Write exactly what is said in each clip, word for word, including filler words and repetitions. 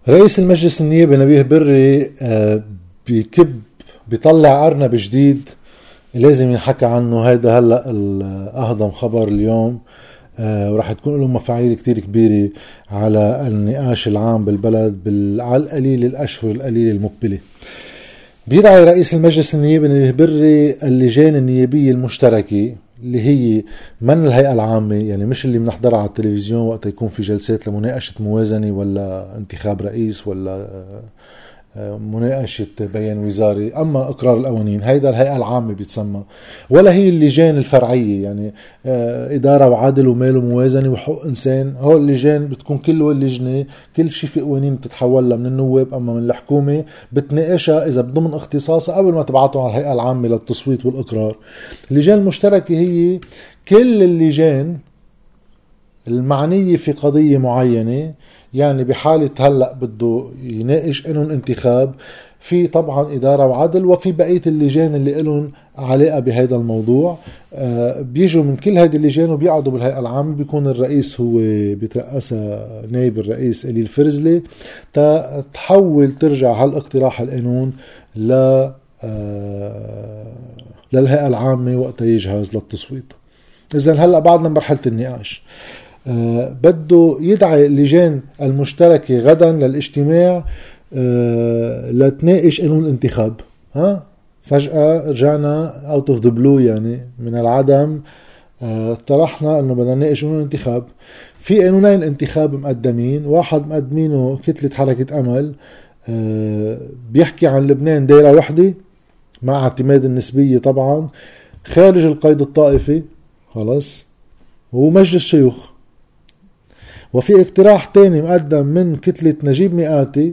رئيس المجلس النيابي نبيه بري آه، بكب بيطلع أرنب جديد لازم ينحكى عنه. هيدا هلأ أهضم خبر اليوم، آه، وراح تكون له مفاعيل كتير كبيرة على النقاش العام بالبلد على القليل الأشهر القليلة المقبلة. بيدعي رئيس المجلس النيابي نبيه بري اللجان النيابية المشتركة اللي هي من الهيئة العامة، يعني مش اللي بنحضرها على التلفزيون وقت يكون في جلسات لمناقشة موازنة ولا انتخاب رئيس ولا مناقشة بيان وزاري، أما إقرار القوانين هيدا الهيئة العامة بيتسمى، ولا هي اللجان الفرعية يعني إدارة وعدل ومال وموازنة وحقوق إنسان. هو اللجان بتكون كل اللجنة كل شيء في قوانين بتتحولها من النواب أما من الحكومة بتناقشها إذا ضمن اختصاصها قبل ما تبعتهم على الهيئة العامة للتصويت والإقرار. اللجان المشتركة هي كل اللجان المعنية في قضية معينة، يعني بحالة هلأ بده يناقش قانون انتخاب، في طبعا إدارة وعدل وفي بقية اللجان اللي لهم علاقة بهذا الموضوع. آه بيجوا من كل هذه اللجان وبيقعدوا بالهيئة العامة. بيكون الرئيس هو بيترأسها نائب الرئيس إلي الفرزلي تحول ترجع هالاقتراح القانون ل آه للهيئة العامة وقت يجهز للتصويت. إذن هلأ بعدنا مرحلة النقاش. أه بده يدعي اللجان المشتركة غدا للاجتماع أه لتناقش قانون الانتخاب. ها فجأة رجعنا out of the blue، يعني من العدم أه طرحنا انه بدنا نناقش قانون الانتخاب. في قانونين انتخاب مقدمين، واحد مقدمينه كتلة حركة امل أه بيحكي عن لبنان دايرة وحدة مع اعتماد النسبية طبعا خارج القيد الطائفي خلاص، ومجلس شيوخ. وفي اقتراح تاني مقدم من كتلة نجيب مئاتي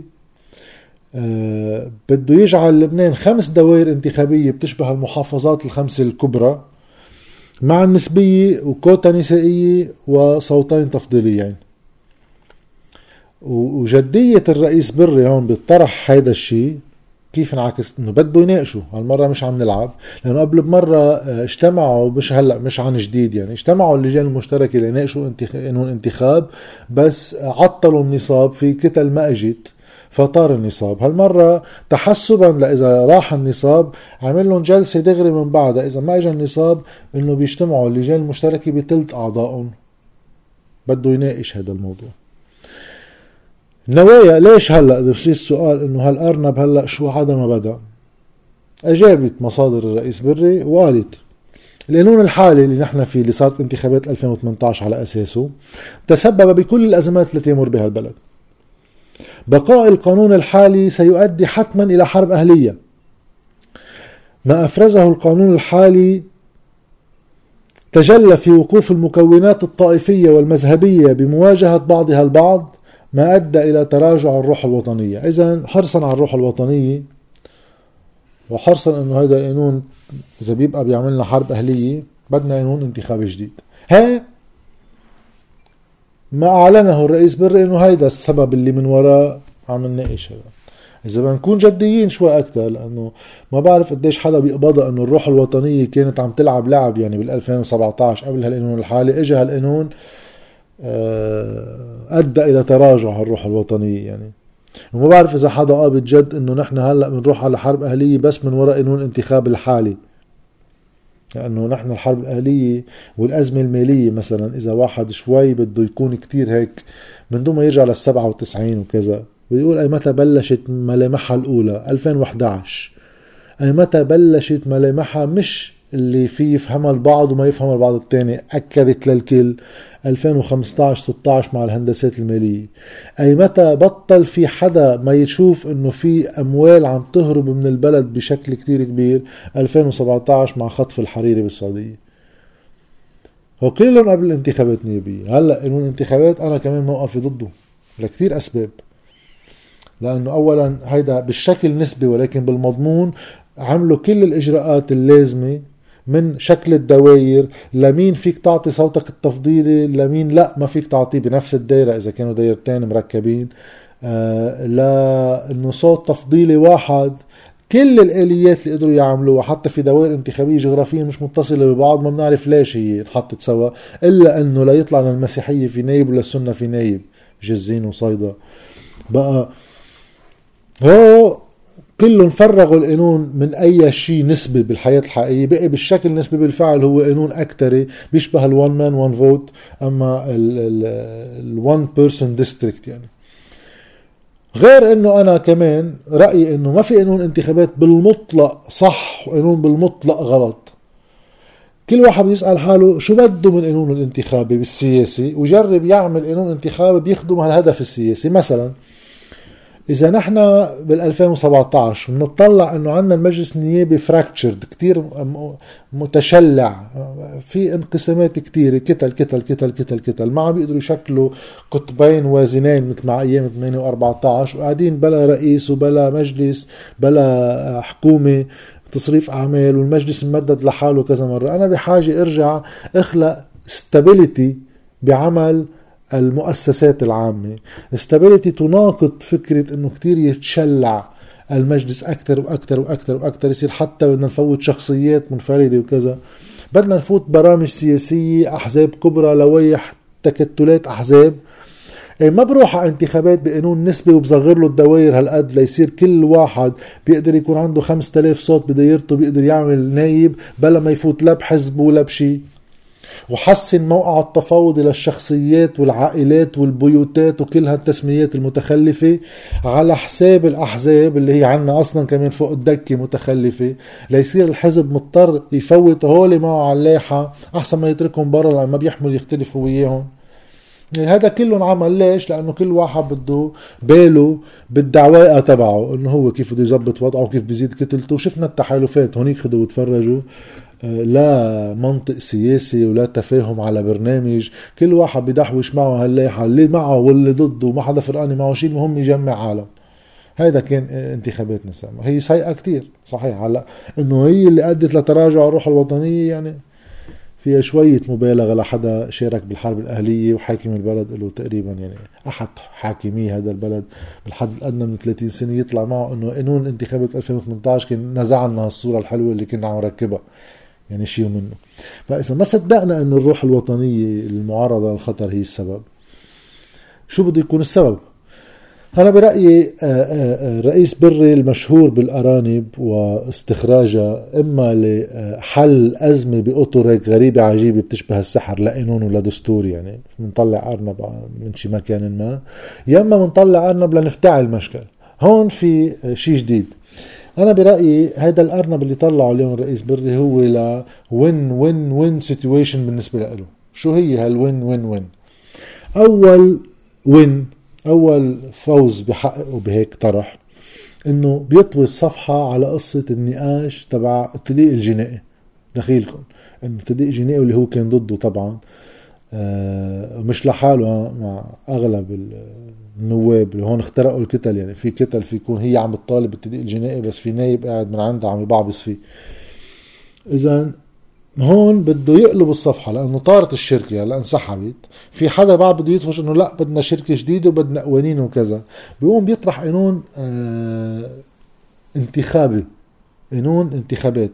أه بده يجعل لبنان خمس دوائر انتخابية بتشبه المحافظات الخمسة الكبرى مع النسبية وكوتا نسائية وصوتين تفضيليين. وجدية الرئيس بري هون بيطرح هيدا الشيء كيف انعكس انه بده يناقشوا هالمرة، مش عم نلعب، لانه قبل بمرة اجتمعوا مش هلأ مش عن جديد، يعني اجتمعوا اللجان المشتركة ليناقشوا قانون انتخاب بس عطلوا النصاب في كتل ما اجت فطار النصاب. هالمرة تحسبا لإذا راح النصاب عمل لهم جلسة دغري من بعدها إذا ما اجى النصاب انه بيجتمعوا اللجان المشتركة بثلث اعضائهم بده يناقش هذا الموضوع. نوايا ليش هلأ بصير السؤال انه هالأرنب هلأ شو عدا ما بدأ؟ اجابت مصادر الرئيس بري وقالت القانون الحالي اللي نحن فيه اللي صارت انتخابات ألفين وثمانية عشر على اساسه تسبب بكل الازمات التي يمر بها البلد. بقاء القانون الحالي سيؤدي حتما الى حرب اهلية. ما افرزه القانون الحالي تجلى في وقوف المكونات الطائفية والمذهبية بمواجهة بعضها البعض، ما أدى إلى تراجع الروح الوطنية. إذن حرصا على الروح الوطنية وحرصا أنه هذا قانون إذا بيبقى بيعملنا حرب أهلية بدنا قانون انتخاب جديد. ها ما أعلنه الرئيس بري أنه هيدا السبب اللي من وراء عم نناقش هذا. إذا بنكون جديين شوي أكتر، لأنه ما بعرف قديش حدا بيقبضها أنه الروح الوطنية كانت عم تلعب لعب، يعني بالألفين وسبعة عشر قبل هالقانون الحالي إجا هالقانون أدى إلى تراجع الروح الوطنية. يعني وما بعرف إذا حدا قابل جد إنه نحن هلأ بنروح على حرب أهلية بس من وراء قانون الانتخاب الحالي، لأنه يعني نحن الحرب الأهلية والأزمة المالية مثلا إذا واحد شوي بده يكون كتير هيك من دون ما يرجع للسبعة وتسعين وكذا بيقول أي متى بلشت ملامحها الأولى ألفين وإحدى عشر، أي متى بلشت ملامحها مش اللي فيه يفهمها البعض وما يفهم البعض التاني، أكدت للكل ألفين وخمسة عشر ستة عشر مع الهندسات المالية. أي متى بطل في حدا ما يشوف انه في اموال عم تهرب من البلد بشكل كتير كبير، ألفين وسبعة عشر مع خطف الحريري بالسعودية. هو كلهم قبل الانتخابات النيابية. هلأ قانون الانتخابات انا كمان موقفي ضده لكتير اسباب، لانه اولا هيدا بالشكل نسبي ولكن بالمضمون عملوا كل الاجراءات اللازمة من شكل الدوائر، لمين فيك تعطي صوتك التفضيلي لمين لا ما فيك تعطيه بنفس الدائرة إذا كانوا دائرتين مركبين، آه لا إنه صوت تفضيلي واحد. كل الآليات اللي قدروا يعملوها حتى في دوائر انتخابية جغرافيا مش متصلة ببعض ما بنعرف ليش هي انحطت سوا، إلا أنه لا يطلع للمسيحية في نايب ولا السنة في نايب، جزين وصيدا. بقى هو كلهم فرغوا القانون من اي شيء نسبي بالحياة الحقيقية، بقي بالشكل نسبي بالفعل هو قانون اكتري بيشبه الوان مان وان فوت، اما الوان بيرسون ديستريكت يعني. غير انه انا كمان رأيي انه ما في قانون انتخابات بالمطلق صح وقانون بالمطلق غلط. كل واحد يسأل حاله شو بده من قانون الانتخابي بالسياسي ويجرب يعمل قانون انتخابي بيخدم على الهدف السياسي. مثلا إذا نحن بالألفين وسبعتاشر نطلع أنه عندنا المجلس النيابي فراكتشرد كتير متشلع، في انقسامات كتير، كتل كتل كتل كتل كتل ما بيقدروا يشكلوا قطبين وازنين مثل مع أيام ثمانية وأربعتاشر، وقاعدين بلا رئيس وبلا مجلس بلا حكومة تصريف أعمال، والمجلس ممدد لحاله كذا مرة. أنا بحاجة أرجع أخلق ستابيليتي بعمل المؤسسات العامة، استابيليتي تناقض فكرة انه كتير يتشلع المجلس اكتر واكتر واكتر واكتر، يصير حتى بدنا نفوت شخصيات منفردة وكذا، بدنا نفوت برامج سياسية، احزاب كبرى، لويح تكتلات احزاب. ما بروح على انتخابات بقانون نسبي وبصغر له الدوائر هالقد ليصير كل واحد بيقدر يكون عنده خمسة آلاف صوت بدايرته بيقدر يعمل نايب بلا ما يفوت لا بحزب ولا بشي، وحسن موقع التفاوض للشخصيات والعائلات والبيوتات وكل هالتسميات المتخلفة على حساب الأحزاب اللي هي عنا أصلا كمان فوق الدكة متخلفة، ليصير الحزب مضطر يفوت هولي معه على اللايحة أحسن ما يتركهم برا لما بيحمل يختلفوا وياهم. يعني هذا كله عمل ليش؟ لأنه كل واحد بده باله بالدعوائة تبعه إنه هو كيف بده يزبط وضعه وكيف بيزيد كتلته. وشفنا التحالفات هونيك خدوا وتفرجوا، لا منطق سياسي ولا تفاهم على برنامج، كل واحد بدحوش معه هاللايحة اللي معه واللي ضده وما حدا فرقاني معه شيء، المهم يجمع عالم. هيدا كان انتخابات نسمى، هي سيئة كتير صحيح. هلا انه هي اللي ادت لتراجع الروح الوطنية، يعني فيها شوية مبالغة لحدا شارك بالحرب الأهلية وحاكم البلد له تقريبا يعني أحد حاكمي هذا البلد بالحد الأدنى من ثلاثين سنة، يطلع معه إنه قانون انتخابات ألفين وثمانية عشر كان نزعنا هالصورة الحلوة اللي كنا عم نركبها، يعني شيء منه. فإذا ما صدقنا إنه الروح الوطنية المعرضة للخطر هي السبب، شو بده يكون السبب؟ أنا برأيي رئيس بري المشهور بالأرانب واستخراجها إما لحل أزمة بأوتوريك غريبة عجيبة بتشبه السحر لا قانون ولا دستور، يعني منطلع أرنب من شي مكان ما، يا إما منطلع أرنب لنفتعل مشكل. هون في شي جديد. أنا برأيي هذا الأرنب اللي طلعه اليوم الرئيس بري هو لا وين وين وين سيتويشن بالنسبة له. شو هي هالوين وين وين؟ أول وين أول فوز بحققه بهيك طرح إنه بيطوي الصفحة على قصة النقاش تبع التضييق الجنائي. دخيلكم إنه التضييق الجنائي اللي هو كان ضده طبعا، آه مش لحاله، مع أغلب النواب اللي هون اخترقوا الكتل. يعني في كتل في يكون هي عم بتطالب بالتضييق الجنائي بس في نايب قاعد من عنده عم يبعبص فيه. إذن هون بده يقلب الصفحة لأنه طارت الشركة هلا انسحبت، في حدا بعد بده يدفش إنه لا بدنا شركة جديدة وبدنا قوانين وكذا، بيقوم بيطرح قانون آه انتخابي، قانون انتخابات.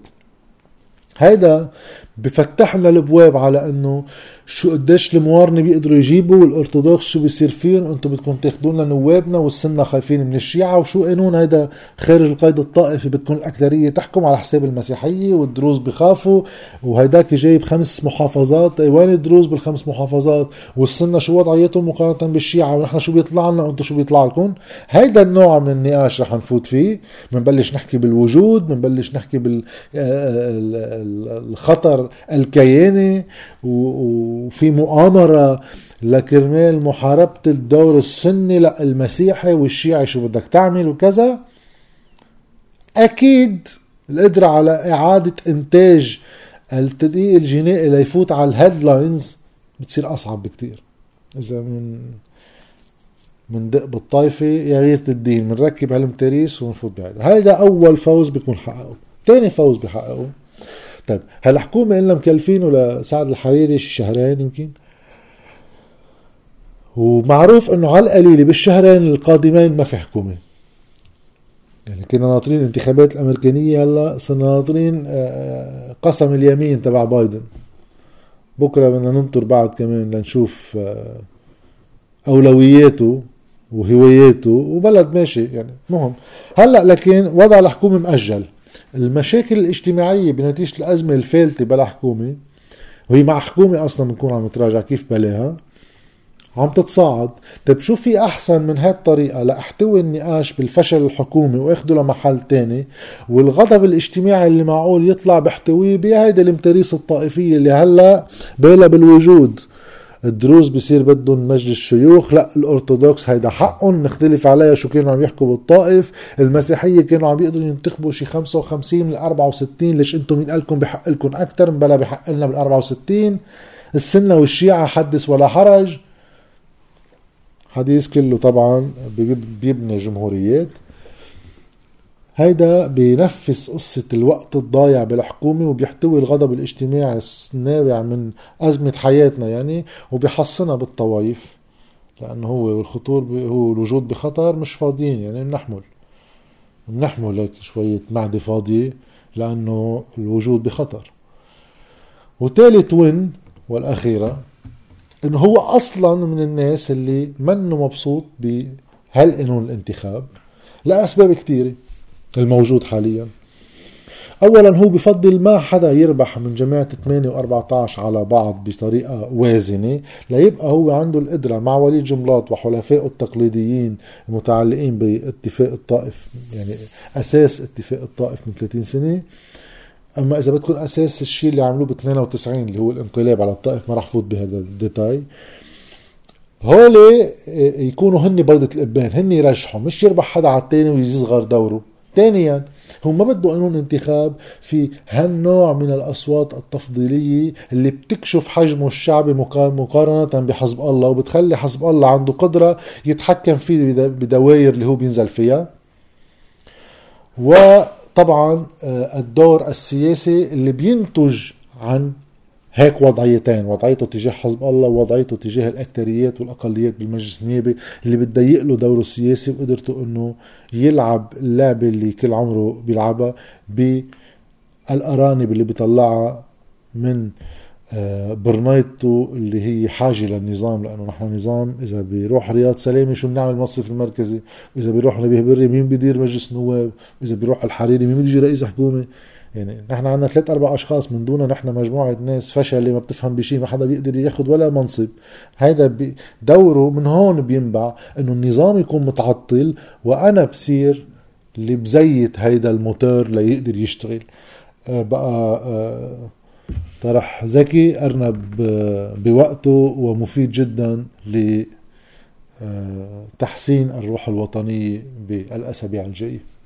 هيدا بفتح لنا الابواب على انه شو قديش الموارنة بيقدروا يجيبوا، والارثوذكس شو بيصير فيهم، انتم بدكم تاخذوا لنا نوابنا والسنة خايفين من الشيعة، وشو قانون هيدا خارج القيد الطائفي بدكم الاكثرية تحكم على حساب المسيحية، والدروز بخافوا، وهيداك جايب خمس محافظات، وين الدروز بالخمس محافظات، والسنة شو وضعيتهم مقارنة بالشيعة، ونحن شو بيطلع لنا وانتم شو بيطلع لكم. هيدا النوع من النقاش رح نفوت فيه. بنبلش نحكي بالوجود، بنبلش نحكي بالخطر الكياني، وفي مؤامرة لكرمال محاربة الدور السني لا المسيحي والشيعي شو بدك تعمل وكذا. أكيد القدرة على إعادة إنتاج التدقيق الجنائي ليفوت على الهيدلاينز بتصير أصعب بكتير. إذا من من دق بالطائفة يا غيرة الدين، من ركب علم تاريس ونفوت بعيد. هذا أول فوز بيكون حققه. تاني فوز بحققه، طيب هالحكومة إلا مكلفينه لسعد الحريري شهرين يمكن، ومعروف انه على القليل بالشهرين القادمين ما في حكومة. يعني كنا ناطرين انتخابات الامريكانية، هلا صرنا ناطرين قسم اليمين تبع بايدن. بكرة بدنا ننطر بعد كمان لنشوف اولوياته وهواياته وبلد ماشي يعني مهم. هلأ لكن وضع الحكومة مأجل. المشاكل الاجتماعية بنتيجة الأزمة الفالتة بلا حكومة، وهي مع حكومة أصلا بنكون عم نتراجع كيف بلاها، عم تتصاعد. طيب شو في أحسن من هاي الطريقة لأحتوي النقاش بالفشل الحكومي وأخده لمحل تاني، والغضب الاجتماعي اللي معقول يطلع بحتويه بهيدا المتاريس الطائفية اللي هلأ بالا بالوجود. الدروز بصير بدهم مجلس شيوخ، لا الأرثوذكس هيدا حقهم نختلف عليها شو كانوا عم يحكوا بالطائف. المسيحية كانوا عم يقدروا ينتخبوا شي خمسة وخمسين من أربعة وستين، ليش انتم مين قالكم بحق لكم أكتر؟ بلا بحق لنا بال أربعة وستين. السنة والشيعة حدث ولا حرج، حديث كله طبعا بيبني جمهوريات. هيدا بينفس قصة الوقت الضايع بالحكومة، وبيحتوي الغضب الاجتماعي النابع من أزمة حياتنا يعني، وبيحصنها بالطوائف، لأنه هو والخطور هو الوجود بخطر، مش فاضيين يعني بنحمل بنحمل هيك شوية معدة فاضية لأنه الوجود بخطر. وثالث وين والأخيرة إنه هو أصلا من الناس اللي منه مبسوط بهالقانون الانتخاب لأسباب كتيرة الموجود حاليا. اولا هو بفضل ما حدا يربح من جماعة ثمانية وأربعة عشر على بعض بطريقة وازنة، ليبقى هو عنده القدرة مع وليد جملاط وحلفائه التقليديين المتعلقين باتفاق الطائف، يعني اساس اتفاق الطائف من ثلاثين سنة. اما اذا بدكم اساس الشيء اللي عملوه ب اثنين وتسعين اللي هو الانقلاب على الطائف، ما رح فوت بهذا الديتاي. هولي يكونوا هن بيضة الابان، هن يرجحوا، مش يربح حدا على التاني ويصغر دوره. ثانيا هو ما بده قانون انتخاب في هالنوع من الأصوات التفضيلية اللي بتكشف حجمه الشعبي مقارنة بحزب الله، وبتخلي حزب الله عنده قدرة يتحكم فيه بدوائر اللي هو بينزل فيها. وطبعا الدور السياسي اللي بينتج عن هيك وضعيتين، وضعيته تجاه حزب الله ووضعيته تجاه الأكتريات والأقليات بالمجلس النيابي، اللي بتضيق له دوره السياسي وقدرته انه يلعب اللعبة اللي كل عمره بيلعبها بالأرانب اللي بيطلعها من برنايته اللي هي حاجة للنظام. لأنه نحن نظام، إذا بيروح رياض سلامي شو بنعمل المصرف المركزي، وإذا بيروح نبيه بري مين بيدير مجلس نواب، وإذا بيروح الحريري مين بيجي رئيس حكومة. يعني نحن عندنا ثلاث أربع أشخاص من دونه، نحن مجموعة ناس فشلة ما بتفهم بشيء، ما حدا بيقدر ياخد ولا منصب. هيدا دوره من هون بينبع إنه النظام يكون متعطل، وأنا بصير اللي بزيت هيدا الموتور ليقدر يشتغل. آه بقى آه طرح ذكي أرنب بوقته ومفيد جدا لتحسين الروح الوطنية بالأسابيع الجاية.